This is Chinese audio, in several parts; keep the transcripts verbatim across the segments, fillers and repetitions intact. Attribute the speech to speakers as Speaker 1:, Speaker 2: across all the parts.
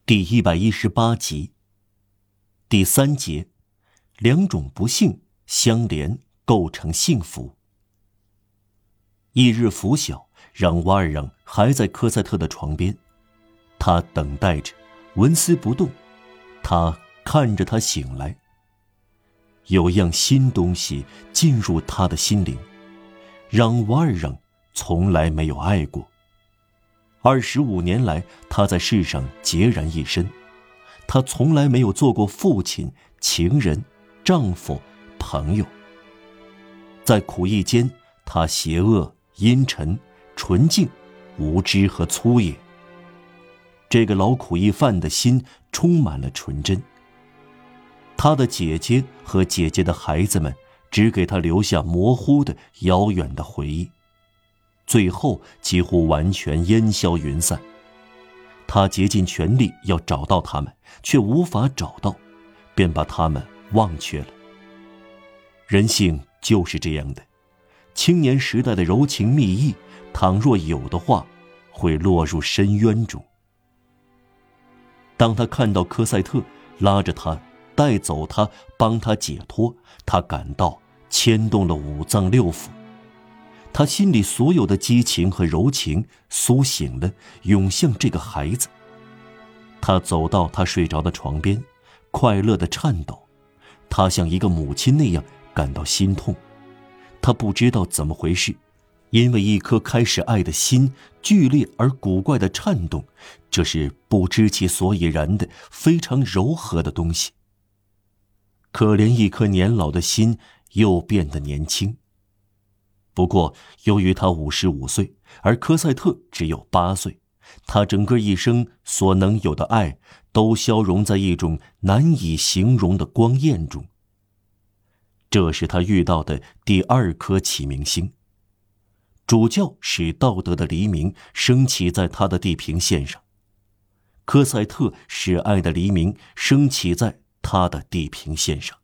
Speaker 1: 第一百一十八集，第三节，两种不幸相连构成幸福。翌日拂晓，让瓦尔让还在科赛特的床边，他等待着，纹丝不动。他看着他醒来，有样新东西进入他的心灵，让瓦尔让从来没有爱过。二十五年来，他在世上孑然一身，他从来没有做过父亲、情人、丈夫、朋友。在苦役间，他邪恶、阴沉、纯净、无知和粗野。这个老苦役犯的心充满了纯真。他的姐姐和姐姐的孩子们只给他留下模糊的、遥远的回忆，最后几乎完全烟消云散。他竭尽全力要找到他们，却无法找到，便把他们忘却了。人性就是这样的，青年时代的柔情蜜意，倘若有的话，会落入深渊中。当他看到科赛特拉着他带走他，帮他解脱，他感到牵动了五脏六腑。他心里所有的激情和柔情苏醒了，涌向这个孩子。他走到他睡着的床边，快乐地颤抖。他像一个母亲那样感到心痛。他不知道怎么回事，因为一颗开始爱的心剧烈而古怪的颤动，这是不知其所以然的非常柔和的东西。可怜一颗年老的心又变得年轻。不过由于他五十五岁，而科赛特只有八岁，他整个一生所能有的爱都消融在一种难以形容的光焰中。这是他遇到的第二颗启明星。主教使道德的黎明升起在他的地平线上，科赛特使爱的黎明升起在他的地平线上。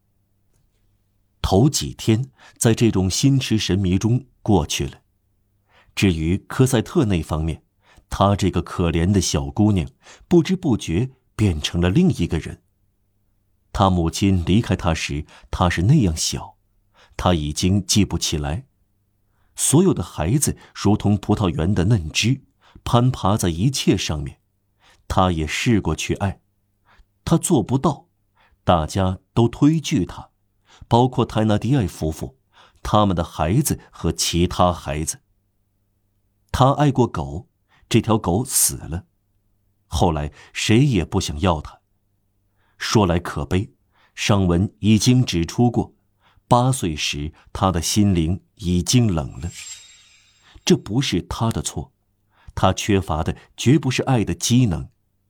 Speaker 1: 头几天在这种心驰神迷中过去了。至于科赛特那方面，她这个可怜的小姑娘不知不觉变成了另一个人。她母亲离开她时，她是那样小，她已经记不起来。所有的孩子如同葡萄园的嫩枝，攀爬在一切上面。她也试过去爱，她做不到，大家都推拒她，包括泰纳迪埃夫妇，他们的孩子和其他孩子。他爱过狗，这条狗死了，后来谁也不想要它。说来可悲，上文已经指出过，八岁时他的心灵已经冷了。这不是他的错，他缺乏的绝不是爱的机能，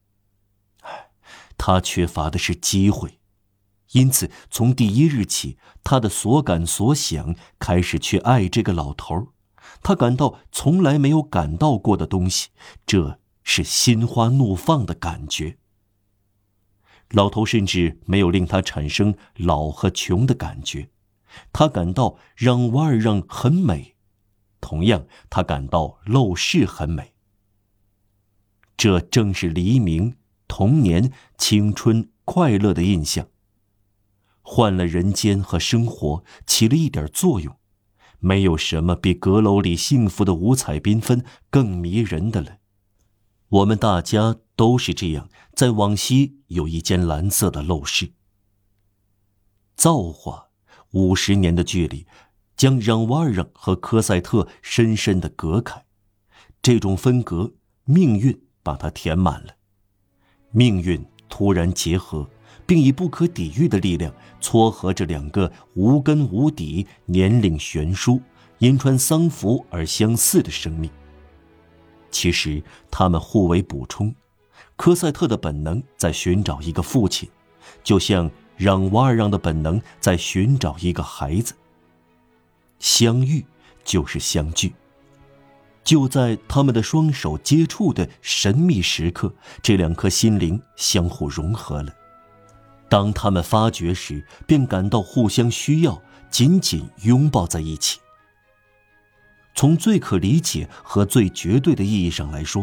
Speaker 1: 他缺乏的是机会。因此从第一日起，他的所感所想开始去爱这个老头。他感到从来没有感到过的东西，这是心花怒放的感觉。老头甚至没有令他产生老和穷的感觉，他感到让瓦尔让很美，同样他感到陋室很美。这正是黎明、童年、青春、快乐的印象，换了人间和生活，起了一点作用。没有什么比阁楼里幸福的五彩缤纷更迷人的了。我们大家都是这样，在往西有一间蓝色的陋室。造化五十年的距离将让瓦尔让和科赛特深深地隔开，这种分隔，命运把它填满了。命运突然结合，并以不可抵御的力量撮合着两个无根无底、年龄悬殊、因穿丧服而相似的生命。其实他们互为补充，科赛特的本能在寻找一个父亲，就像让瓦尔让的本能在寻找一个孩子。相遇就是相聚。就在他们的双手接触的神秘时刻，这两颗心灵相互融合了。当他们发觉时，便感到互相需要，紧紧拥抱在一起。从最可理解和最绝对的意义上来说，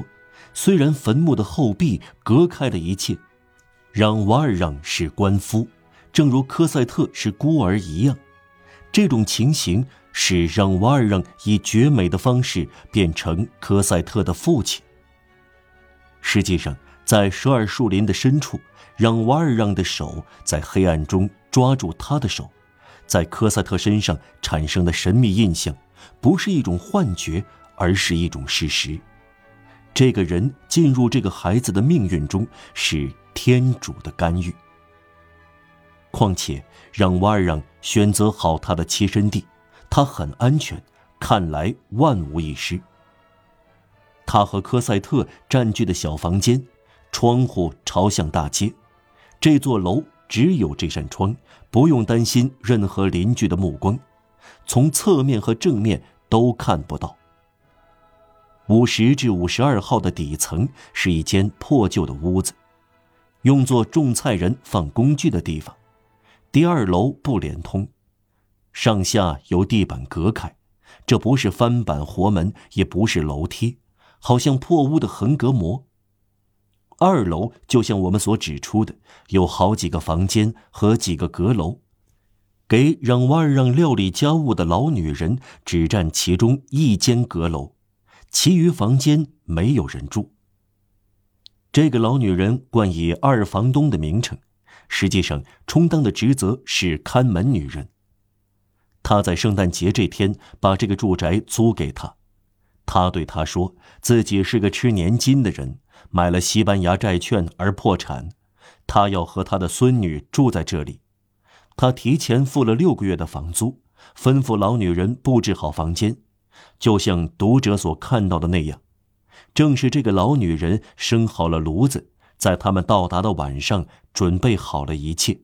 Speaker 1: 虽然坟墓的后壁隔开了一切，让瓦尔让是官夫，正如科赛特是孤儿一样，这种情形使让瓦尔让以绝美的方式变成科赛特的父亲。实际上，在舍尔树林的深处，让瓦尔让的手在黑暗中抓住他的手，在科赛特身上产生的神秘印象，不是一种幻觉，而是一种事实。这个人进入这个孩子的命运中，是天主的干预。况且让瓦尔让选择好他的栖身地，他很安全，看来万无一失。他和科赛特占据的小房间，窗户朝向大街，这座楼只有这扇窗，不用担心任何邻居的目光，从侧面和正面都看不到。五十至五十二号的底层是一间破旧的屋子，用作种菜人放工具的地方。第二楼不连通，上下由地板隔开，这不是翻板活门，也不是楼梯，好像破屋的横膈膜。二楼就像我们所指出的，有好几个房间和几个阁楼，给让瓦尔让料理家务的老女人只占其中一间阁楼，其余房间没有人住。这个老女人冠以二房东的名称，实际上充当的职责是看门女人。她在圣诞节这天把这个住宅租给他。她对他说，自己是个吃年金的人，买了西班牙债券而破产，他要和他的孙女住在这里。他提前付了六个月的房租，吩咐老女人布置好房间，就像读者所看到的那样。正是这个老女人生好了炉子，在他们到达的晚上准备好了一切。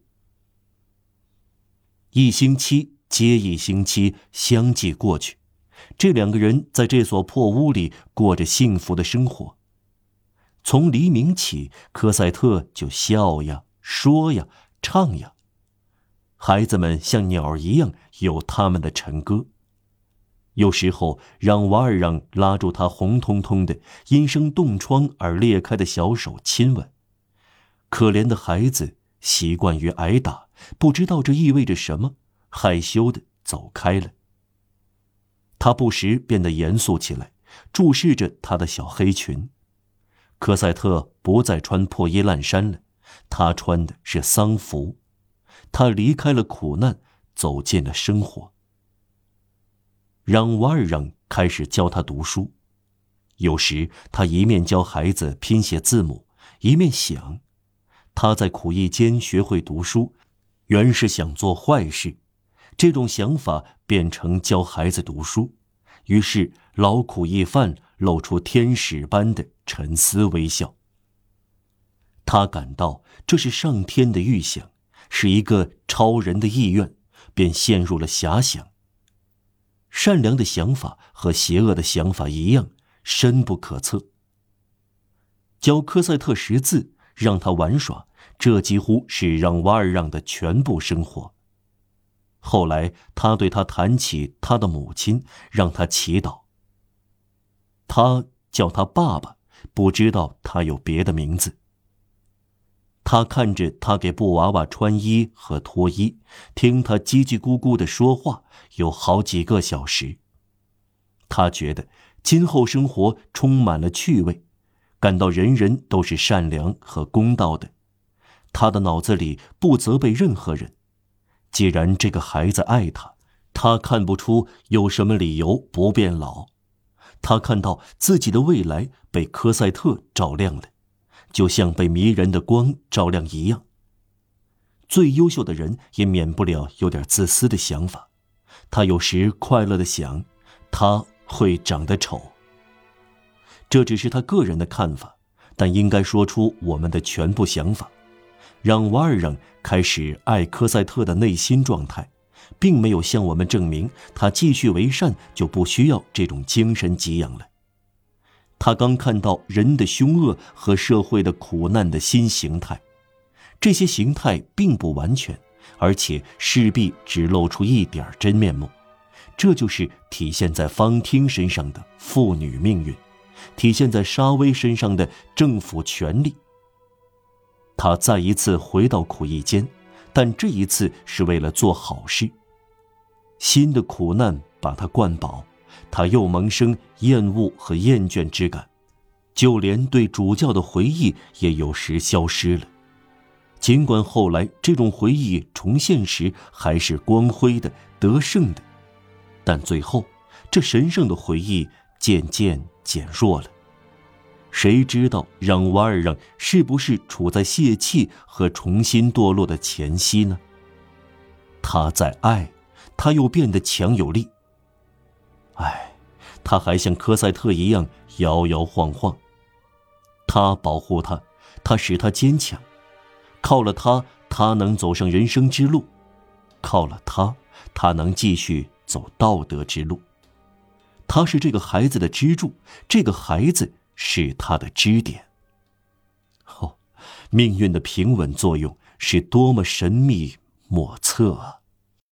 Speaker 1: 一星期接一星期相继过去，这两个人在这所破屋里过着幸福的生活。从黎明起，科赛特就笑呀，说呀，唱呀。孩子们像鸟一样有他们的晨歌。有时候让瓦尔让拉住他红彤彤的因生冻疮而裂开的小手亲吻。可怜的孩子习惯于挨打，不知道这意味着什么，害羞地走开了。他不时变得严肃起来，注视着他的小黑裙。科赛特不再穿破衣烂衫了，他穿的是丧服。他离开了苦难，走进了生活。让瓦尔让开始教他读书，有时他一面教孩子拼写字母，一面想，他在苦役间学会读书，原是想做坏事，这种想法变成教孩子读书，于是劳苦役犯露出天使般的沉思微笑。他感到这是上天的预想，是一个超人的意愿，便陷入了遐想。善良的想法和邪恶的想法一样，深不可测。教科赛特识字，让他玩耍，这几乎是让瓦尔让的全部生活。后来他对他谈起他的母亲，让他祈祷。他叫他爸爸，不知道他有别的名字。他看着他给布娃娃穿衣和脱衣，听他叽叽咕咕地说话，有好几个小时。他觉得今后生活充满了趣味，感到人人都是善良和公道的。他的脑子里不责备任何人。既然这个孩子爱他，他看不出有什么理由不变老。他看到自己的未来被科赛特照亮了，就像被迷人的光照亮一样。最优秀的人也免不了有点自私的想法。他有时快乐地想，他会长得丑。这只是他个人的看法，但应该说出我们的全部想法。让瓦尔让开始爱科赛特的内心状态，并没有向我们证明他继续为善就不需要这种精神给养了。他刚看到人的凶恶和社会的苦难的新形态，这些形态并不完全，而且势必只露出一点真面目。这就是体现在方汀身上的妇女命运， 体现在沙威身上的政府权力。他再一次回到苦役间，但这一次是为了做好事。新的苦难把他灌饱，他又萌生厌恶和厌倦之感，就连对主教的回忆也有时消失了。尽管后来这种回忆重现时还是光辉的、得胜的，但最后这神圣的回忆渐渐减弱了。谁知道让瓦尔让是不是处在泄气和重新堕落的前夕呢？他在爱，他又变得强有力。唉，他还像科赛特一样摇摇晃晃。他保护他，他使他坚强。靠了他，他能走上人生之路；靠了他，他能继续走道德之路。他是这个孩子的支柱，这个孩子是他的支点。哦，命运的平稳作用是多么神秘莫测啊！